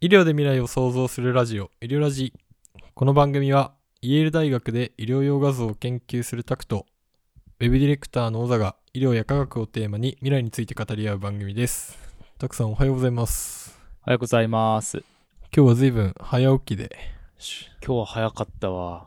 医療で未来を創造するラジオ、医療ラジ。この番組はイェール大学で医療用画像を研究するタクとウェブディレクターの小座が医療や科学をテーマに未来について語り合う番組です。タクさんおはようございます。 おはようございます。 今日は随分早起きで。 今日は早かったわ。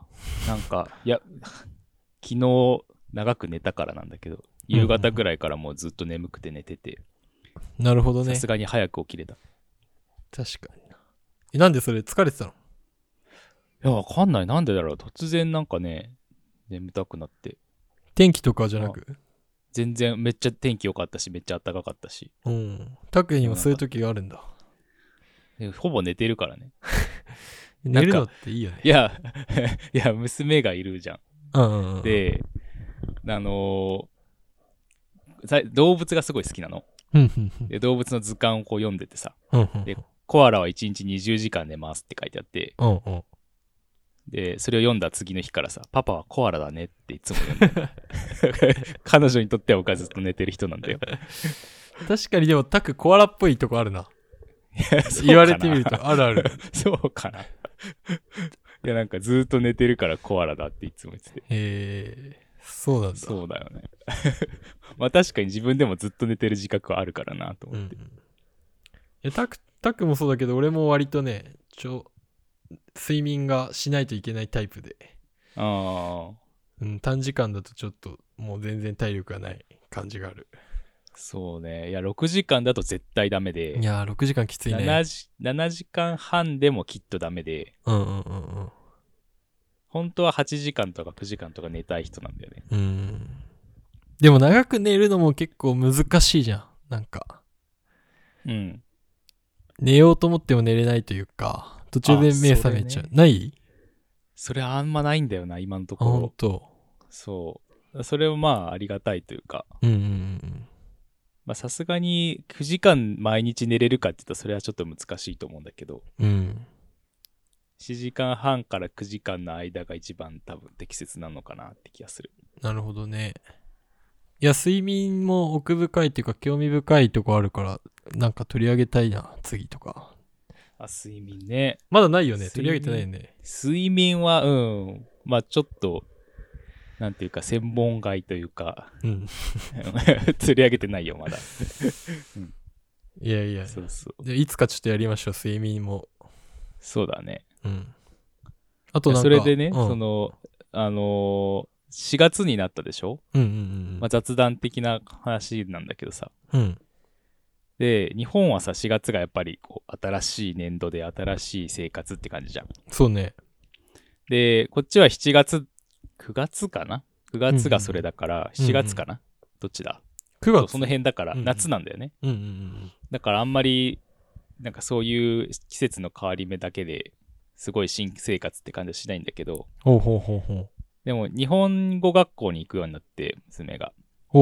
昨日長く寝たからなんだけど、夕方ぐらいからもうずっと眠くて寝てて、 なるほどね。 さすがに早く起きれた。 確かにな。なんでそれ疲れてたの？ いや、わかんない。なんでだろう。突然なんかね、眠たくなって。 天気とかじゃなく？ 全然めっちゃ天気良かったし、めっちゃ暖かかったし。 タクにもそういう時があるんだ。 ほぼ寝てるからね。 寝るのっていいよね。 いや、娘がいるじゃん。で、動物がすごい好きなの。で、動物の図鑑をこう読んでてさ。で、コアラは1日20時間寝ますって書いてあって。で、それを読んだ次の日からさ、パパはコアラだねっていつも読んで彼女にとっては僕はずっと寝てる人なんだよ。 確かにでもタクコアラっぽいとこあるな。言われてみるとあるある。 そうかな。いや、なんかずっと寝てるからコアラだっていつも言ってて。そうなんだ。 そうだよね。まあ確かに自分でもずっと寝てる自覚はあるからなと思って。いやタクもそうだけど俺も割とね、睡眠がしないといけないタイプで。短時間だとちょっともう全然体力がない感じがある。 そうね。いや、6時間だと絶対ダメで。 いやー、6時間きついね。 7時間半でもきっとダメで。本当は8時間とか9時間とか寝たい人なんだよね。 でも長く寝るのも結構難しいじゃん。なんか。寝ようと思っても寝れないというか、途中で目覚めちゃう。ね、ない？ それあんまないんだよな、今のところ。 ほんと。 そう。それはまあありがたいというか。まあさすがに9時間毎日寝れるかって言ったらそれはちょっと難しいと思うんだけど。7時間半から9時間の間が一番多分適切なのかなって気がする。 なるほどね。いや、睡眠も奥深いっていうか興味深いとこあるから、なんか取り上げたいな、次とか。 睡眠ね。 まだないよね。取り上げてないよね。 睡眠は、まあちょっと、なんていうか、専門外というか、釣り上げてないよ、まだ。 いやいや。 そうそう。 でいつかちょっとやりましょう、睡眠も。 そうだね。 あとなんかそれでね、4月になったでしょ？まあ、雑談的な話なんだけどさ。で、日本はさ、4月がやっぱりこう新しい年度で新しい生活って感じじゃん。 そうね。 で、こっちは7月、9月かな ?9 月がそれだから、7月かな、どっちだ ?9 月。 その辺だから、夏なんだよね。だからあんまり、なんかそういう季節の変わり目だけですごい新生活って感じはしないんだけど。でも日本語学校に行くようになって、娘が。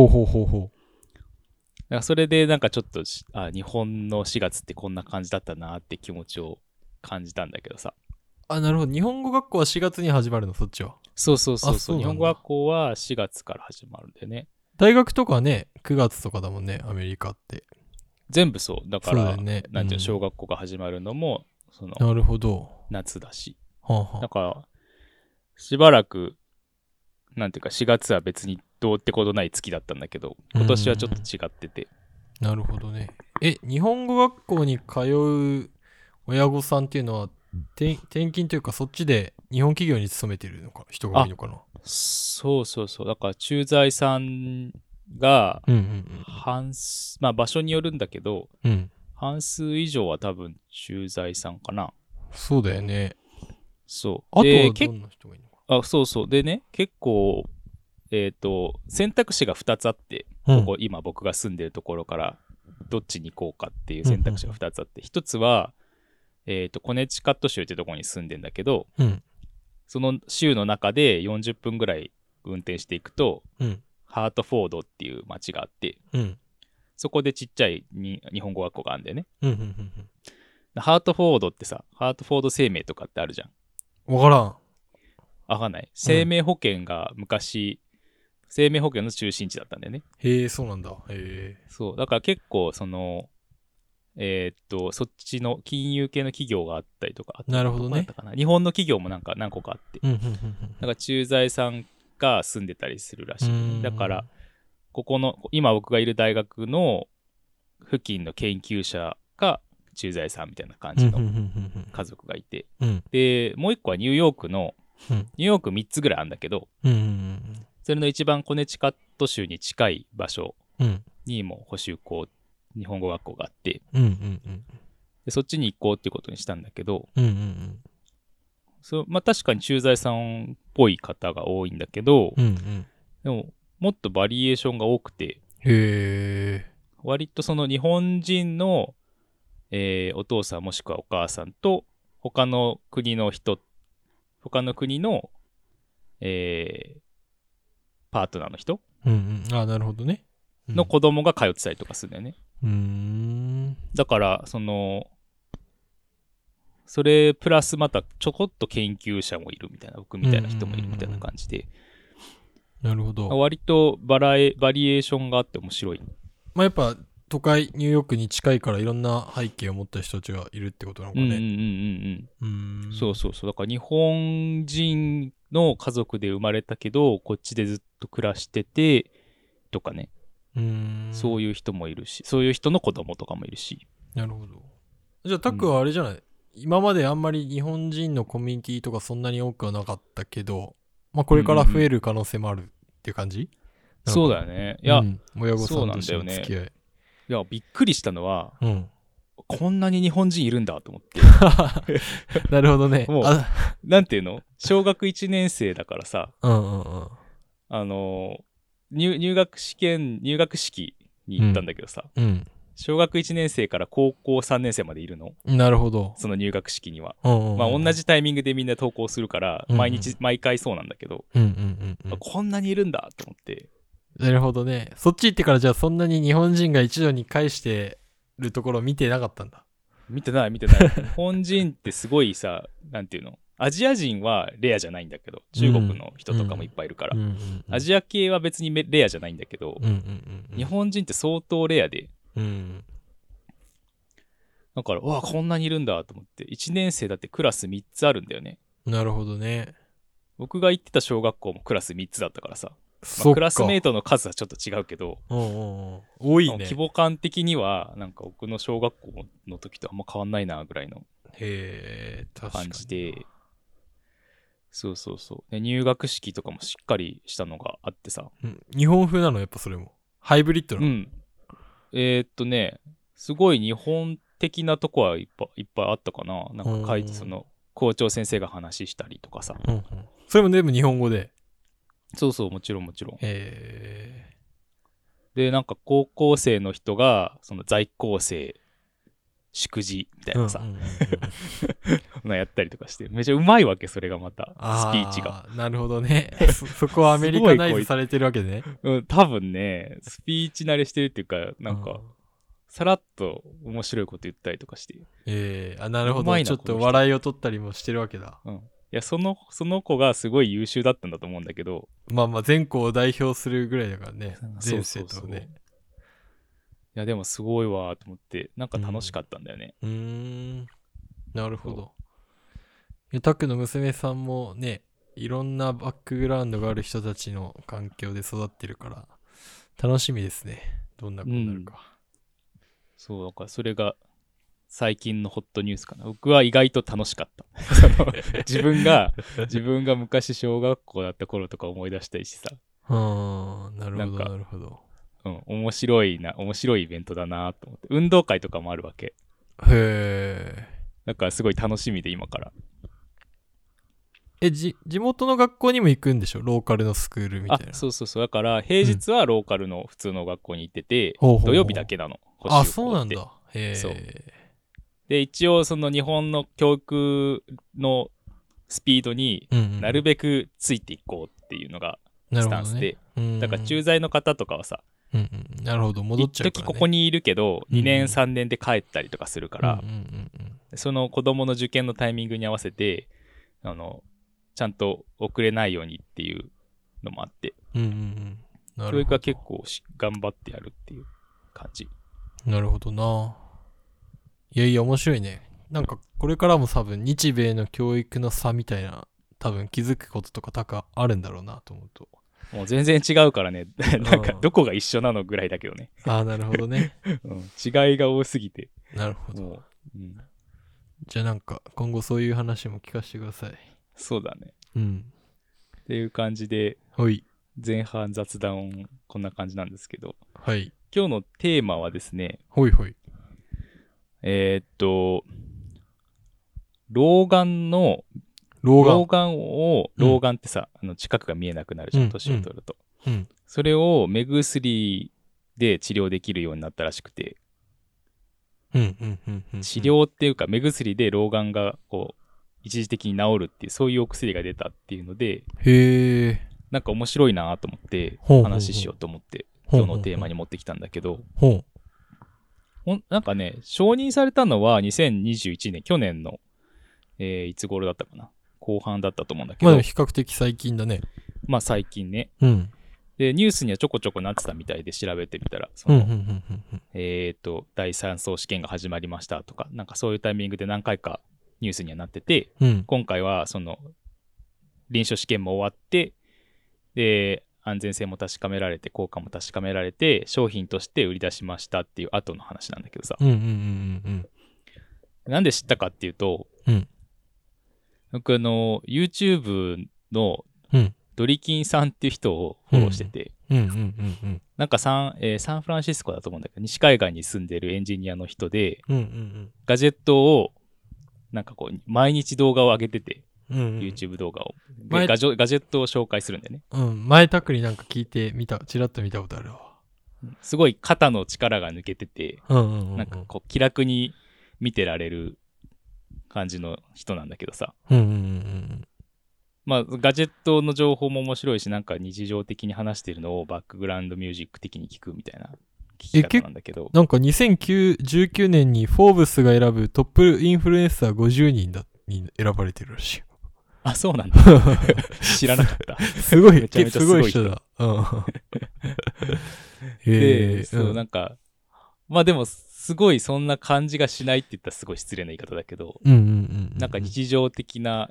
だからそれでなんかちょっと、日本の4月ってこんな感じだったなって気持ちを感じたんだけどさ。 なるほど。日本語学校は4月に始まるの、そっちは。 そう。日本語学校は4月から始まるんだよね。 大学とかね、9月とかだもんね、アメリカって。 全部そう。だから、 ね、 なんていうの、小学校が始まるのも、 なるほど。 夏だし。 だから、しばらく、なんていうか4月は別にどうってことない月だったんだけど、今年はちょっと違ってて。 なるほどね。日本語学校に通う親御さんっていうのは、転勤というかそっちで日本企業に勤めてるのか人が多いのかな？ そう。だから駐在さんが、まあ場所によるんだけど、半数以上は多分駐在さんかな。 そうだよね。 そう。 あとはどんな人がいるのか？ そう。でね、結構、選択肢が2つあって、今僕が住んでるところからどっちに行こうかっていう選択肢が2つあって、1つは、コネチカット州っていうところに住んでんだけど、その州の中で40分ぐらい運転していくと、ハートフォードっていう町があって、そこでちっちゃい日本語学校があるんだよね。ハートフォードってさ、ハートフォード生命とかってあるじゃん。 わからん。 わかんない。生命保険が昔、生命保険の中心地だったんだよね。 へえ、そうなんだ。 そう。だから結構、 そっちの金融系の企業があったりとか、 なるほどね。 だったかな、日本の企業もなんか何個かあって、なんか駐在さんが住んでたりするらしい。だから、ここの、今僕がいる大学の付近の研究者が駐在さんみたいな感じの家族がいて、で、もう一個はニューヨークの、ニューヨーク3つぐらいあるんだけど、それの一番コネチカット州に近い場所にも補習校、日本語学校があって、でそっちに行こうっていうことにしたんだけど、まあ、確かに駐在さんっぽい方が多いんだけど、でももっとバリエーションが多くて、割とその日本人の、お父さんもしくはお母さんと他の国の、パートナーの人、 あ、なるほどね。 の子供が通ってたりとかするんだよね。だからそれプラスまたちょこっと研究者もいるみたいな、僕みたいな人もいるみたいな感じで、 なるほど。 割とバリエーションがあって面白い。 まあやっぱ都会ニューヨークに近いからいろんな背景を持った人たちがいるってことなのかね。 そうそうそう。だから日本人の家族で生まれたけどこっちでずっと暮らしててとかね。そういう人もいるし、そういう人の子供とかもいるし。 なるほど。じゃあタクはあれじゃない、今まであんまり日本人のコミュニティとかそんなに多くはなかったけど、まあこれから増える可能性もあるっていう感じ？ そうだよね。いや、 親御さんとしての付き合い。 いや、びっくりしたのは、こんなに日本人いるんだと思って。 なるほどね。 もう、なんていうの？小学1年生だからさ、入学式に行ったんだけどさ、小学1年生から高校3年生までいるの。 なるほど。 その入学式には。まあ同じタイミングでみんな登校するから、毎回そうなんだけど、こんなにいるんだと思って。 なるほどね。そっち行ってからじゃあそんなに日本人が一度に返してるところを見てなかったんだ。 見てない。日本人ってすごいさ、なんていうの？アジア人はレアじゃないんだけど、中国の人とかもいっぱいいるから、アジア系は別にレアじゃないんだけど、日本人って相当レアで、だから、うわ、こんなにいるんだと思って、1年生だってクラス3つあるんだよね。 なるほどね。 僕が行ってた小学校もクラス3つだったからさ、まあ、クラスメートの数はちょっと違うけど、 多いね。 規模感的にはなんか僕の小学校の時とあんま変わんないなぐらいの感じで、そうそうそう。で入学式とかもしっかりしたのがあってさ、 日本風なのやっぱそれもハイブリッドなの。 すごい日本的なとこはいっぱいあったかな。なんか書いてその校長先生が話したりとかさ、 それも全部日本語で。 そうそう、もちろん。で、なんか高校生の人が、その在校生、祝辞みたいなさ、やったりとかして、めちゃうまいわけ、それがまた、スピーチが。 なるほどね。そこはアメリカナイズされてるわけね。 多分ね、スピーチ慣れしてるっていうか、なんか、さらっと面白いこと言ったりとかして。 なるほど。ちょっと笑いを取ったりもしてるわけだ。 いや、その子がすごい優秀だったんだと思うんだけど。 まあ全校を代表するぐらいだからね。全生徒ね。 いや、でもすごいわと思って、なんか楽しかったんだよね。 なるほど。タクの娘さんもね、いろんなバックグラウンドがある人たちの環境で育ってるから、楽しみですね。どんな子になるか。 そう、だからそれが、最近のホットニュースかな。僕は意外と楽しかった。自分が昔小学校だった頃とか思い出したりしさ。 なるほど、なるほど。 面白いイベントだなと思って。運動会とかもあるわけ。だからすごい楽しみで今から。 地元の学校にも行くんでしょ？ローカルのスクールみたいな。 そう。だから平日はローカルの普通の学校に行ってて、土曜日だけなの。 そうなんだ。 そう。で、一応その日本の教育のスピードになるべくついていこうっていうのがスタンスで、だから駐在の方とかはさ、 なるほど、戻っちゃうからね。 一時ここにいるけど、2年3年で帰ったりとかするから、その子供の受験のタイミングに合わせて、ちゃんと遅れないようにっていうのもあって、教育は結構頑張ってやるっていう感じ。 なるほどな。 いやいや、面白いね。なんか、これからも多分、日米の教育の差みたいな、多分気づくこととかあるんだろうなと思うと。 もう全然違うからね。なんかどこが一緒なのぐらいだけどね。 ああ、なるほどね。 うん、違いが多すぎて。 なるほど。 もう、うん、 じゃあなんか、今後そういう話も聞かせてください。 そうだね。 うん。 っていう感じで、 はい。 前半雑談こんな感じなんですけど、 はい。 今日のテーマはですね、 ほいほい。 老眼の、 老眼。 老眼ってさ、近くが見えなくなるじゃん、年を取ると。 うん。 それを目薬で治療できるようになったらしくて、治療っていうか目薬で老眼がこう一時的に治るっていうそういうお薬が出たっていうので、 へえ。 なんか面白いなと思って話しようと思って今日のテーマに持ってきたんだけど、なんかね、承認されたのは2021年、去年の、いつ頃だったかな、後半だったと思うんだけど、 まあ比較的最近だね。 まあ最近ね。 うん。 で、ニュースにはちょこちょこなってたみたいで調べてみたら、第3相試験が始まりましたとか、なんかそういうタイミングで何回かニュースにはなってて、今回はその臨床試験も終わって、で、安全性も確かめられて、効果も確かめられて、商品として売り出しましたっていう後の話なんだけどさ。なんで知ったかっていうと、僕YouTube のドリキンさんっていう人をフォローしてて、なんかサンフランシスコだと思うんだけど、西海岸に住んでるエンジニアの人で、ガジェットをなんかこう毎日動画を上げてて、YouTube 動画をガジェットを紹介するんだよね。 前タクになんか聞いてみた、ちらっと見たことあるわ。 すごい肩の力が抜けてて、なんかこう気楽に見てられる感じの人なんだけどさ。まあガジェットの情報も面白いし、なんか日常的に話してるのをバックグラウンドミュージック的に聞くみたいな聞き方なんだけど、 なんか2019年にフォーブスが選ぶトップインフルエンサー50人に選ばれてるらしいよ。 あ、そうなんだ。知らなかった。 すごい、 めちゃめちゃすごい人だ。 で、そう、なんか、まあでも、すごいそんな感じがしないって言ったらすごい失礼な言い方だけど、なんか日常的な、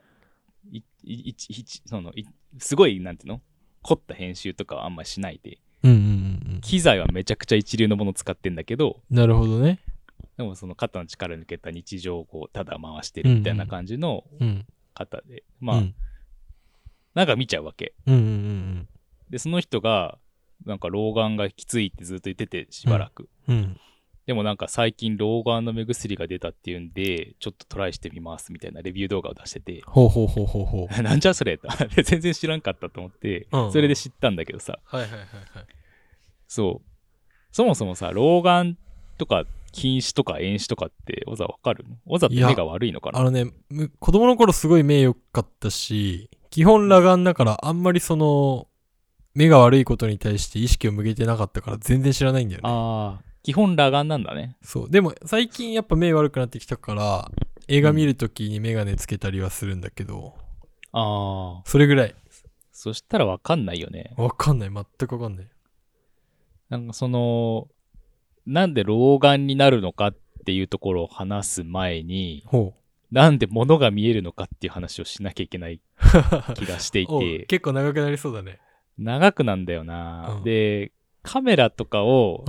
すごい、なんていうの？凝った編集とかはあんまりしないで、機材はめちゃくちゃ一流のものを使ってんだけど、 なるほどね。 でもその肩の力抜けた日常をこうただ回してるみたいな感じの方で、まあ、なんか見ちゃうわけ。で、その人が、なんか老眼がきついってずっと言っててしばらく。でもなんか最近老眼の目薬が出たっていうんで、ちょっとトライしてみますみたいなレビュー動画を出してて。なんじゃそれと。全然知らんかったと思って、それで知ったんだけどさ。そう。そもそもさ、老眼とか近視とか遠視とかって小沢わかるの？小沢って目が悪いのかな？ 子供の頃すごい目良かったし、基本裸眼だからあんまりその目が悪いことに対して意識を向けてなかったから全然知らないんだよね。 ああ、基本裸眼なんだね。 そう。でも最近やっぱ目悪くなってきたから映画見るときにメガネつけたりはするんだけど、 ああ、 それぐらい。 そしたらわかんないよね。 わかんない。全くわかんない。 なんかなんで老眼になるのかっていうところを話す前に、なんで物が見えるのかっていう話をしなきゃいけない気がしていて。 結構長くなりそうだね。 長くなんだよな。で、カメラを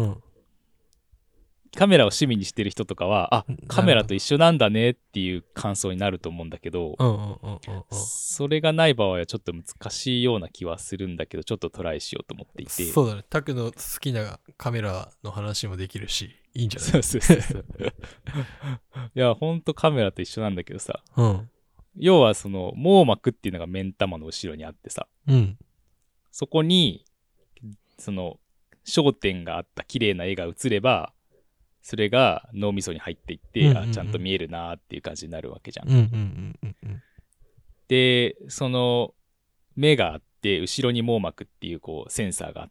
趣味にしてる人とかは、あ、カメラと一緒なんだねっていう感想になると思うんだけど、それがない場合はちょっと難しいような気はするんだけど、ちょっとトライしようと思っていて。 そうだね。タクの好きなカメラの話もできるし、いいんじゃない？ そう。いや、ほんとカメラと一緒なんだけどさ。要は網膜っていうのが目ん玉の後ろにあってさ。そこに、焦点があった綺麗な絵が映れば、それが脳みそに入っていって、ちゃんと見えるなーっていう感じになるわけじゃん。で、目があって、後ろに網膜っていうこうセンサーがあって、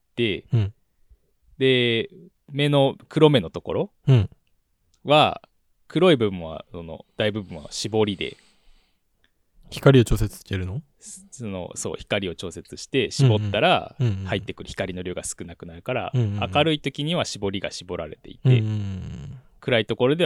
で、黒目のところは、黒い部分は、大部分は絞りで、 光を調節してるの？ そう、光を調節して絞ったら入ってくる光の量が少なくなるから、明るい時には絞りが絞られていて、暗いところでは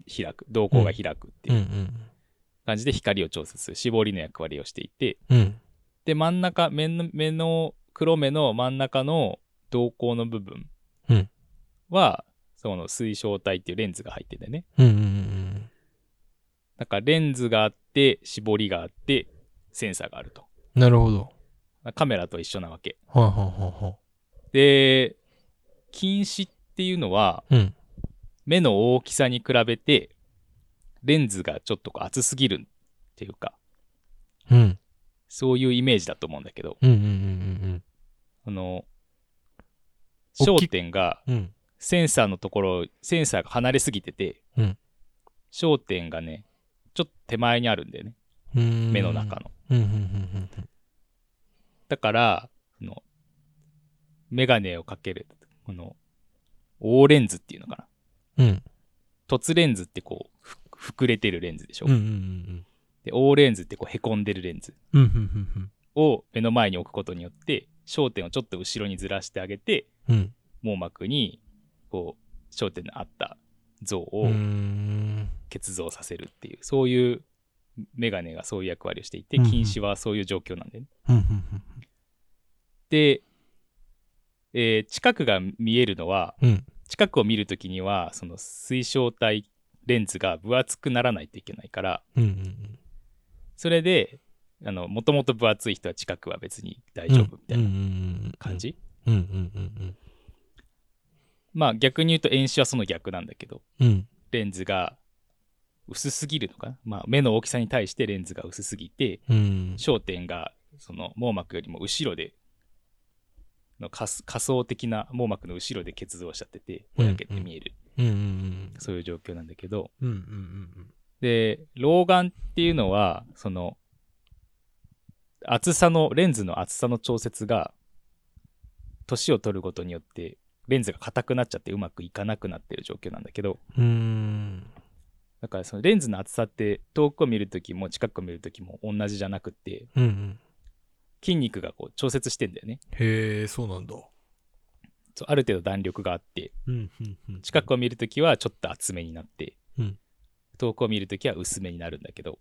開く、瞳孔が開くっていううんうん感じで光を調節する絞りの役割をしていて、 うんで真ん中目の黒目の真ん中の瞳孔の部分うんはその水晶体っていうレンズが入ってんだよね。 うんうんだからレンズがあって絞りがあってセンサーがあると。 なるほど。 カメラと一緒なわけはあはあはあはあ。 で、近視っていうのはうん目の大きさに比べてレンズがちょっとこう厚すぎるっていうか、 うんそういうイメージだと思うんだけど、 うんうんうんあの大き焦点がうんセンサーのところ、センサーが離れすぎてて、 うん焦点がねちょっと手前にあるんだよね、 うん目の中の。 うんうんうんだからメガネをかけるこの大レンズっていうのかな、 うん凸レンズってこう膨れてるレンズでしょ、 うんうんで大レンズってこうへこんでるレンズうんうんを目の前に置くことによって焦点をちょっと後ろにずらしてあげて、 うん網膜にこう焦点のあった像をうん結像させるっていう、そういうメガネがそういう役割をしていて、 うんうん近視はそういう状況なんでね。 うんで、近くが見えるのは、 うん近くを見るときにはその水晶体レンズが分厚くならないといけないから、 うんそれでもともと分厚い人は近くは別に大丈夫みたいな感じ。 うんうんまあ逆に言うと遠視はその逆なんだけど、 うんレンズが薄すぎるのかな、まあ、目の大きさに対してレンズが薄すぎて、 うん焦点がその網膜よりも後ろで仮想的な網膜の後ろで結像しちゃっててぼやけて見える、そういう状況なんだけど、で老眼っていうのはその厚さのレンズの厚さの調節が年を取ることによってレンズが硬くなっちゃってうまくいかなくなってる状況なんだけど、だからそのレンズの厚さって遠くを見るときも近くを見るときも同じじゃなくて、筋肉がこう調節してんだよね。 へえ、そうなんだ。 そうある程度弾力があって、近くを見るときはちょっと厚めになって、遠くを見るときは薄めになるんだけど、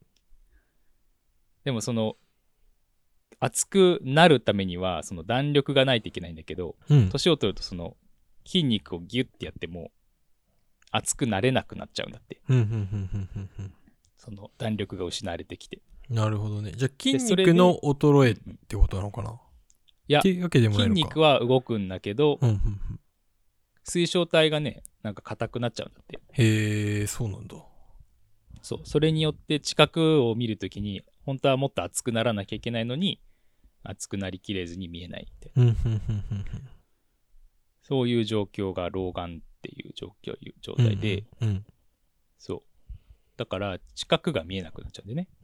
でもその厚くなるためにはその弾力がないといけないんだけど、年を取るとその筋肉をギュッてやっても厚くなれなくなっちゃうんだって。その弾力が失われてきて。 なるほどね。じゃあ筋肉の衰えってことなのかな。 いや、 っていうわけでもないのか。 筋肉は動くんだけど、水晶体がねなんか硬くなっちゃうんだって。 へえ、そうなんだ。 そう、それによって近くを見るときに本当はもっと厚くならなきゃいけないのに厚くなりきれずに見えないって、そういう状況が老眼っていう状態で、そうだから近くが見えなくなっちゃうんでね。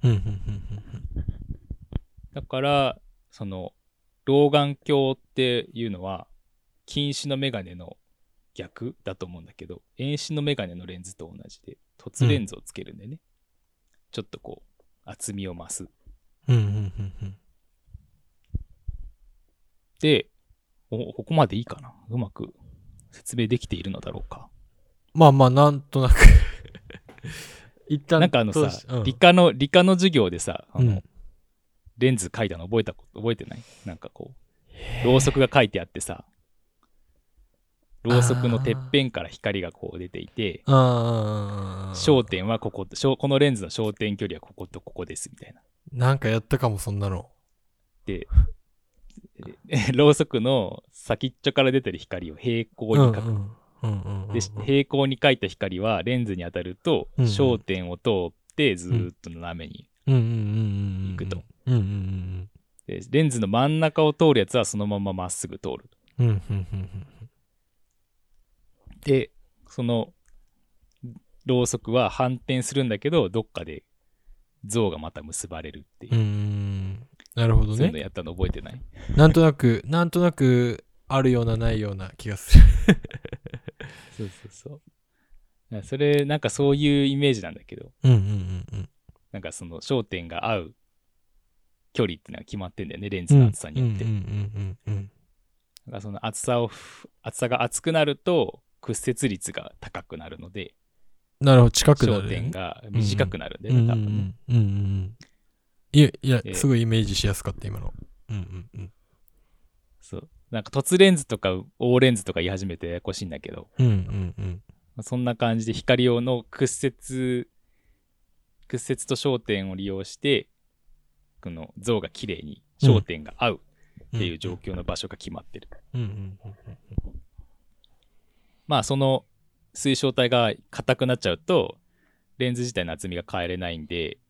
だからその老眼鏡っていうのは近視のメガネの逆だと思うんだけど、遠視のメガネのレンズと同じで凸レンズをつけるんでね、ちょっとこう厚みを増す。で、ここまでいいかな、うまく説明できているのだろうか。 まあまあなんとなく一旦なんかさ、理科の授業でさレンズ書いたの覚えてない？なんかこうろうそくが書いてあってさ、ろうそくのてっぺんから光がこう出ていて、焦点はこのレンズの焦点距離はこことここですみたいな。 なんかやったかもそんなの。でろうそくの先っちょから出てる光を平行に描く。で平行に描いた光はレンズに当たると焦点を通ってずーっと斜めに行くと。でレンズの真ん中を通るやつはそのまままっすぐ通る。でそのろうそくは反転するんだけどどっかで像がまた結ばれるっていう。 なるほどね。 そういうのやったの覚えてない？ なんとなくあるようなないような気がする。 そう。それなんかそういうイメージなんだけど、なんかその焦点が合う距離っていうのが決まってんだよね、レンズの厚さによって。だからその厚さが厚くなると屈折率が高くなるので、 なるほど、近くなる、 焦点が短くなるんだよね、多分ね。 いや、すごいイメージしやすかった、今の。 そう。なんか凸レンズとか大レンズとか言い始めてややこしいんだけど、そんな感じで光用の屈折と焦点を利用して、この像が綺麗に焦点が合うっていう状況の場所が決まってる。まあその水晶体が硬くなっちゃうとレンズ自体の厚みが変えれないんで、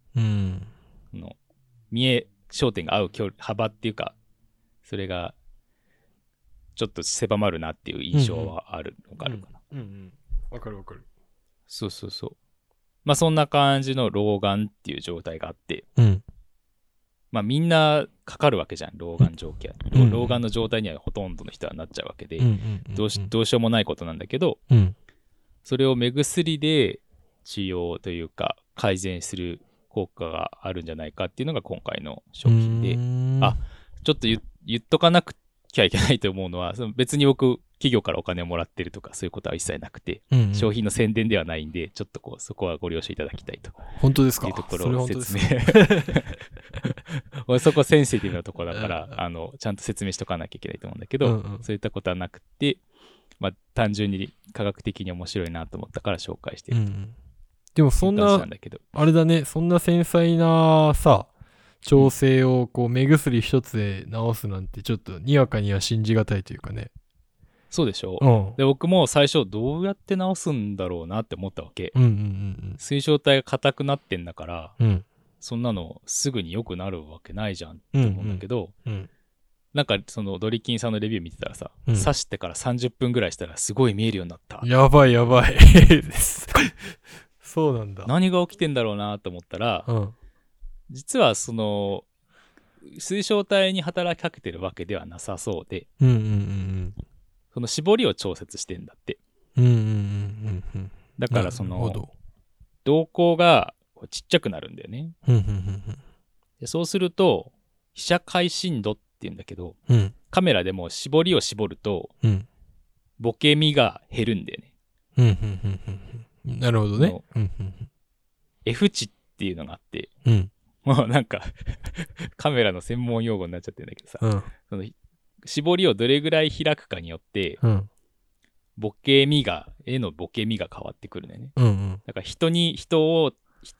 焦点が合う幅っていうか、それがちょっと狭まるなっていう印象はあるのがあるかな。 わかるわかる。 そうそうそう。まあそんな感じの老眼っていう状態があって、まあみんなかかるわけじゃん、老眼状況。老眼の状態にはほとんどの人はなっちゃうわけで、どうしようもないことなんだけど、それを目薬で治療というか改善する効果があるんじゃないかっていうのが今回の商品で、ちょっと言っとかなきゃいけないと思うのは、別に僕企業からお金をもらってるとかそういうことは一切なくて、商品の宣伝ではないんで、ちょっとそこはご了承いただきたいと。 本当ですか？ いうところを説明。俺そこセンシティブなところだから、ちゃんと説明しとかなきゃいけないと思うんだけど、そういったことはなくて、まあ単純に科学的に面白いなと思ったから紹介してると。 でもそんな、あれだね、そんな繊細なさ、調整をこう目薬一つで治すなんてちょっとにわかには信じがたいというかね。 そうでしょ、で僕も最初どうやって治すんだろうなって思ったわけ。水晶体が硬くなってんだから、そんなのすぐに良くなるわけないじゃんって思うんだけど、なんかそのドリキンさんのレビュー見てたらさ、刺してから30分ぐらいしたらすごい見えるようになった。 やばいそうなんだ。 何が起きてんだろうなと思ったら、実はその水晶体に働きかけてるわけではなさそうで、その絞りを調節してんだって。だからその瞳孔がちっちゃくなるんだよね。でそうすると被写界深度っていうんだけど、カメラでも絞りを絞ると、ボケみが減るんだよね。 なるほどね。 F 値っていうのがあって、もうなんかカメラの専門用語になっちゃってるんだけどさ、その絞りをどれぐらい開くかによって、絵のボケみが変わってくるんだよね。だから人に焦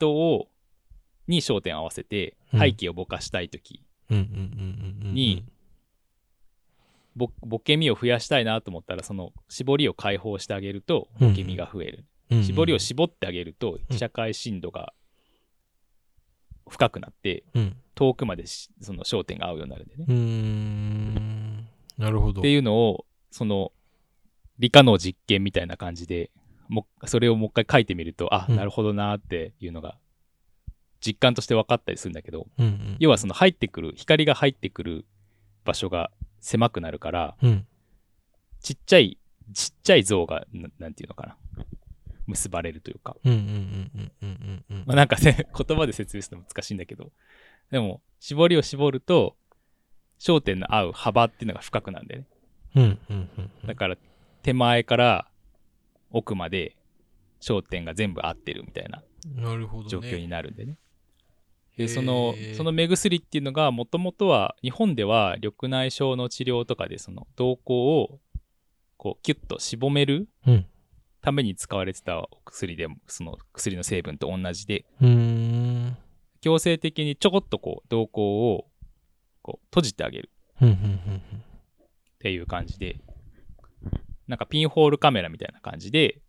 点を合わせて背景をぼかしたいときに、ボケみを増やしたいなと思ったら、その絞りを解放してあげるとボケみが増える。絞りを絞ってあげると被写界深度が深くなって、遠くまでその焦点が合うようになるんでね。なるほど。 っていうのをその理科の実験みたいな感じでそれをもう一回書いてみると、なるほどなっていうのが実感として分かったりするんだけど、要はその光が入ってくる場所が狭くなるから、ちっちゃい像がなんていうのかな、結ばれるというか、まあなんかね、言葉で説明するの難しいんだけど、でも絞りを絞ると焦点の合う幅っていうのが深くなるんだよね。だから手前から奥まで焦点が全部合ってるみたいな状況になるんでね。でその目薬っていうのがもともとは日本では緑内障の治療とかでその瞳孔をこうキュッと絞めるために使われてたお薬で、その薬の成分と同じで、強制的にちょこっとこう瞳孔をこう閉じてあげるっていう感じで、なんかピンホールカメラみたいな感じで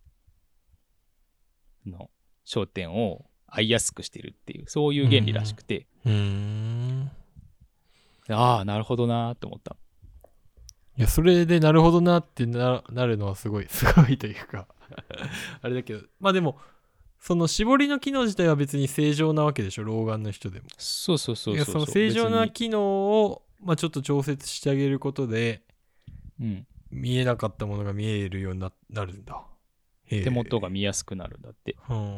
の焦点を合いやすくしてるっていう、そういう原理らしくて、ああなるほどなーって思った。 いや、それでなるほどなってなるのはすごいというかあれだけど、まあでもその絞りの機能自体は別に正常なわけでしょ、老眼の人でも。 そうその正常な機能を、まあ、ちょっと調節してあげることで、見えなかったものが見えるようになるんだ。 手元が見やすくなるんだって。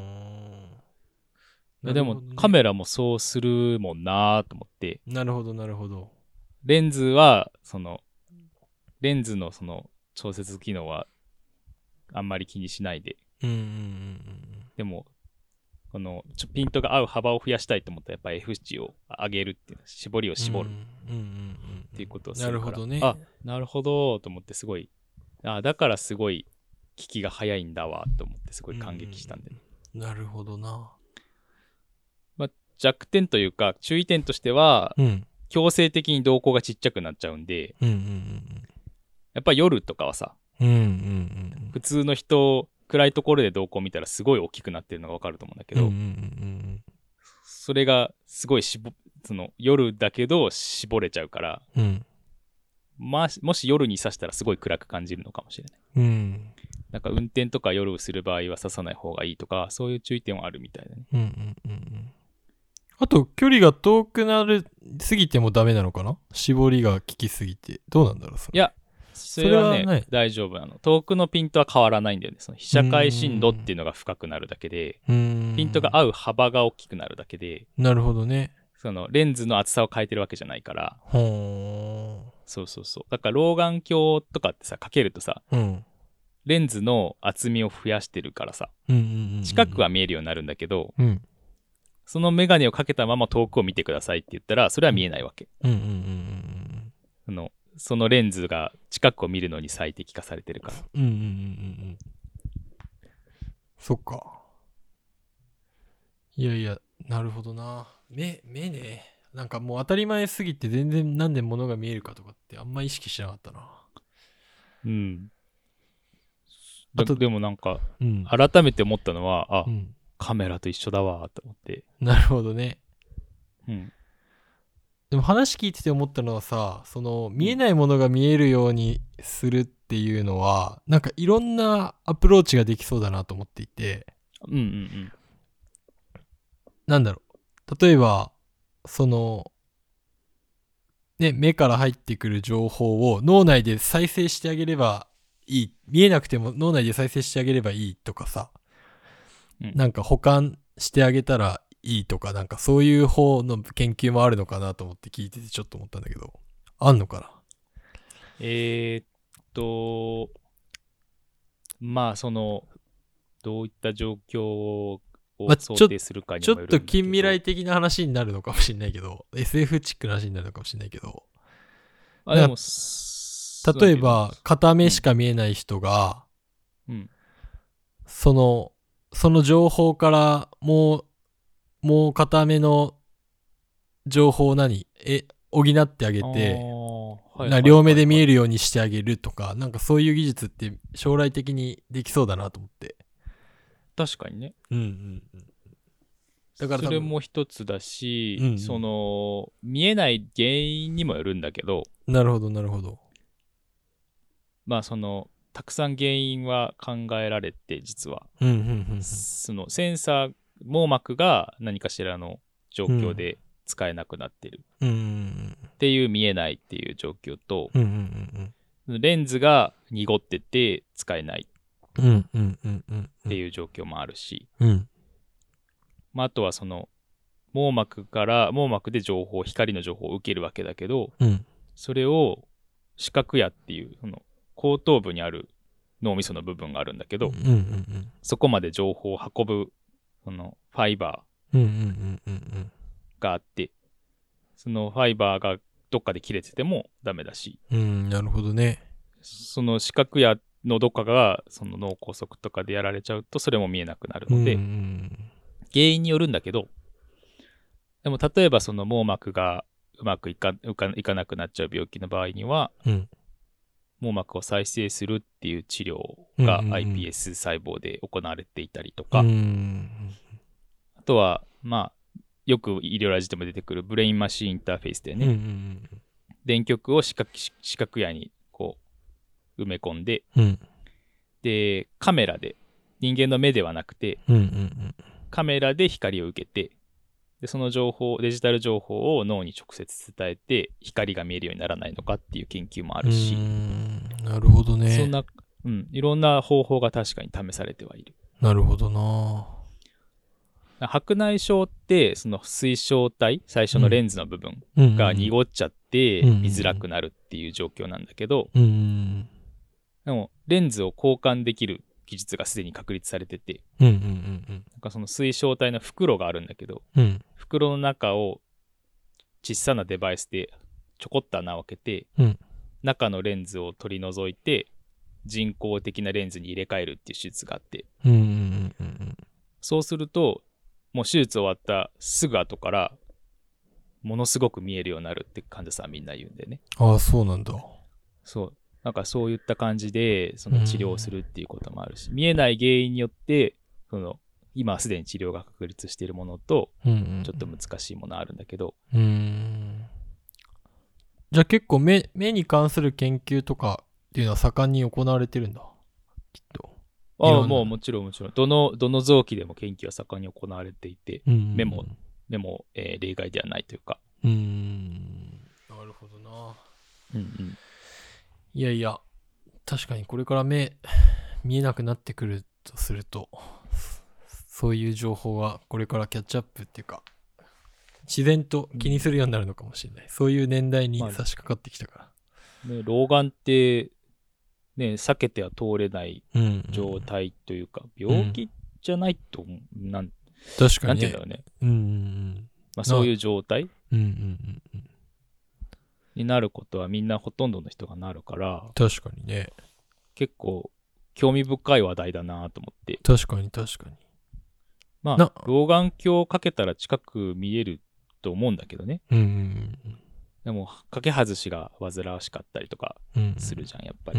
でもカメラもそうするもんなと思って。 なるほど。 レンズはレンズのその調節機能はあんまり気にしないで、 でもこのピントが合う幅を増やしたいと思ったらやっぱり F 値を上げるっていう絞りを絞るっていうことをするから、 なるほどね。 あ、なるほどと思ってすごい、だからすごい聞きが早いんだわと思ってすごい感激したんでね。 なるほどな。 まあ、弱点というか注意点としては、強制的に瞳孔がちっちゃくなっちゃうんで、やっぱり夜とかはさ、普通の人暗いところで瞳孔見たらすごい大きくなってるのが分かると思うんだけど、それがすごいその夜だけど絞れちゃうから、もし夜に刺したらすごい暗く感じるのかもしれない。なんか運転とか夜する場合は刺さない方がいいとか、そういう注意点はあるみたいだね。 あと距離が遠くなるすぎてもダメなのかな？絞りが効きすぎてどうなんだろう。 いやそれはね大丈夫なの。遠くのピントは変わらないんだよね。その被写界深度っていうのが深くなるだけで、ピントが合う幅が大きくなるだけで。 なるほどね。 そのレンズの厚さを変えてるわけじゃないから。そうそうそう。だから老眼鏡とかってさかけるとさ、レンズの厚みを増やしてるからさ、近くは見えるようになるんだけど、そのメガネをかけたまま遠くを見てくださいって言ったらそれは見えないわけ。そのレンズが近くを見るのに最適化されてるから。 そっか。いやいや、なるほどな。目ね。なんかもう当たり前すぎて全然なんで物が見えるかとかってあんま意識しなかったな。 あとでもなんか、改めて思ったのは、カメラと一緒だわと思って。 なるほどね。でも話聞いてて思ったのはさ、その見えないものが見えるようにするっていうのは、なんかいろんなアプローチができそうだなと思っていて、なんだろう、例えばそのね、目から入ってくる情報を脳内で再生してあげればいい、見えなくても脳内で再生してあげればいいとかさ、なんか保管してあげたらいいとか、なんかそういう方の研究もあるのかなと思って聞いててちょっと思ったんだけど、あんのかな？ まあそのどういった状況を想定するかにもよるんだけど、 ちょっと近未来的な話になるのかもしれないけど、 SF チックな話になるのかもしれないけど、 でも例えば片目しか見えない人が、その情報からもう片目の情報を補ってあげて、両目で見えるようにしてあげるとか、なんかそういう技術って将来的にできそうだなと思って。 確かにね。 だからそれも一つだし、その見えない原因にもよるんだけど。 なるほどなるほど。 まあそのたくさん原因は考えられて、実はそのセンサー網膜が何かしらの状況で使えなくなってるっていう見えないっていう状況と、レンズが濁ってて使えないっていう状況もあるし、あとはその網膜で光の情報を受けるわけだけど、それを視覚野っていうその後頭部にある脳みその部分があるんだけど、そこまで情報を運ぶそのファイバーがあって、そのファイバーがどっかで切れててもダメだし、 なるほどね。 その視覚野のどっかがその脳梗塞とかでやられちゃうとそれも見えなくなるので、原因によるんだけど、でも例えばその網膜がうまくいかなくなっちゃう病気の場合には、網膜を再生するっていう治療が iPS 細胞で行われていたりとか、あとはまあよく医療ラジでも出てくるブレインマシンインターフェースでね、電極を視覚野にこう埋め込んで、でカメラで人間の目ではなくて、カメラで光を受けて、でそのデジタル情報を脳に直接伝えて光が見えるようにならないのかっていう研究もあるし、 なるほどね。 そんな、いろんな方法が確かに試されてはいる。 なるほどな。 白内障ってその水晶体、最初のレンズの部分が濁っちゃって見づらくなるっていう状況なんだけど、でもレンズを交換できる技術がすでに確立されてて、 うんうんうんなんかその水晶体の袋があるんだけど、 うん袋の中を小さなデバイスでちょこっと穴を開けて、 うん中のレンズを取り除いて人工的なレンズに入れ替えるっていう手術があって、 うんうんうんうんそうするともう手術終わったすぐ後からものすごく見えるようになるって患者さんみんな言うんでね。 ああ、そうなんだ。 そうなんかそういった感じでその治療をするっていうこともあるし、見えない原因によってその今すでに治療が確立しているものとうんうんちょっと難しいものあるんだけど、 じゃあ結構目に関する研究とかっていうのは盛んに行われてるんだ、きっと。いろんなもうもちろんどの臓器でも研究は盛んに行われていて、目も、例外ではないというか。 なるほどな。いやいや、確かにこれから目見えなくなってくるとすると、そういう情報はこれからキャッチアップっていうか自然と気にするようになるのかもしれない。そういう年代に差し掛かってきたから。 老眼ってね、避けては通れない状態というか、病気じゃないと思う。 確かにね。 なんていうんだろうね。まあ、そういう状態になることはみんなほとんどの人がなるから、 確かにね。 結構興味深い話題だなと思って。 確かに確かに。 まあ、老眼鏡をかけたら近く見えると思うんだけどね。でも、かけ外しが煩わしかったりとかするじゃん、やっぱり。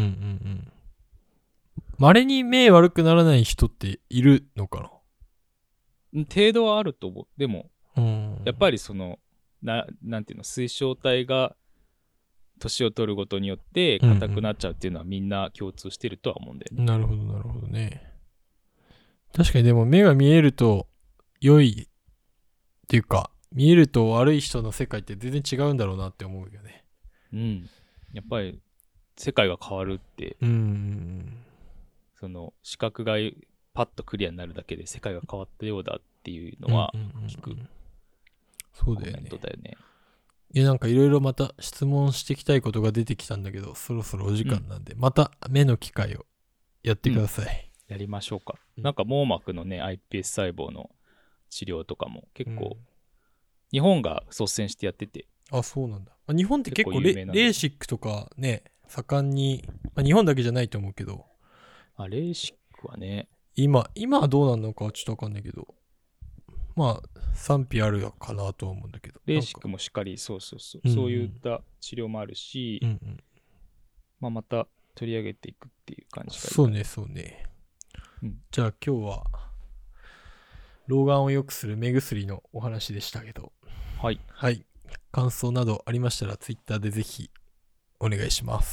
稀に目悪くならない人っているのかな？程度はあると思う。でも、やっぱりその、なんていうの、水晶体が年を取るごとによって硬くなっちゃうっていうのはみんな共通してるとは思うんだよね。 なるほど、なるほどね。確かにでも目が見えると良いっていうか、見えると悪い人の世界って全然違うんだろうなって思うよね。 やっぱり世界が変わるって、その視覚がパッとクリアになるだけで世界が変わったようだっていうのは聞く。 そうだよね。 コメントだよね。 いや、なんかいろいろまた質問していきたいことが出てきたんだけど、そろそろお時間なんで、また目の機会をやってください。 やりましょうか。なんか網膜のね、iPS 細胞の治療とかも結構、日本が率先してやってて。 あ、そうなんだ。日本って結構レーシックとかね、盛んに、日本だけじゃないと思うけど。 レーシックはね。 今はどうなんのかちょっとわかんないけど。まあ、賛否あるかなとは思うんだけど。 レーシックもしっかり、そういった治療もあるし、また取り上げていくっていう感じがいい。 そうね。じゃあ今日は老眼を良くする目薬のお話でしたけど、はい、感想などありましたら Twitter でぜひお願いします。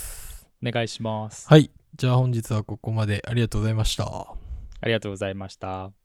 お願いします。 はい、じゃあ本日はここまで。ありがとうございました。 ありがとうございました。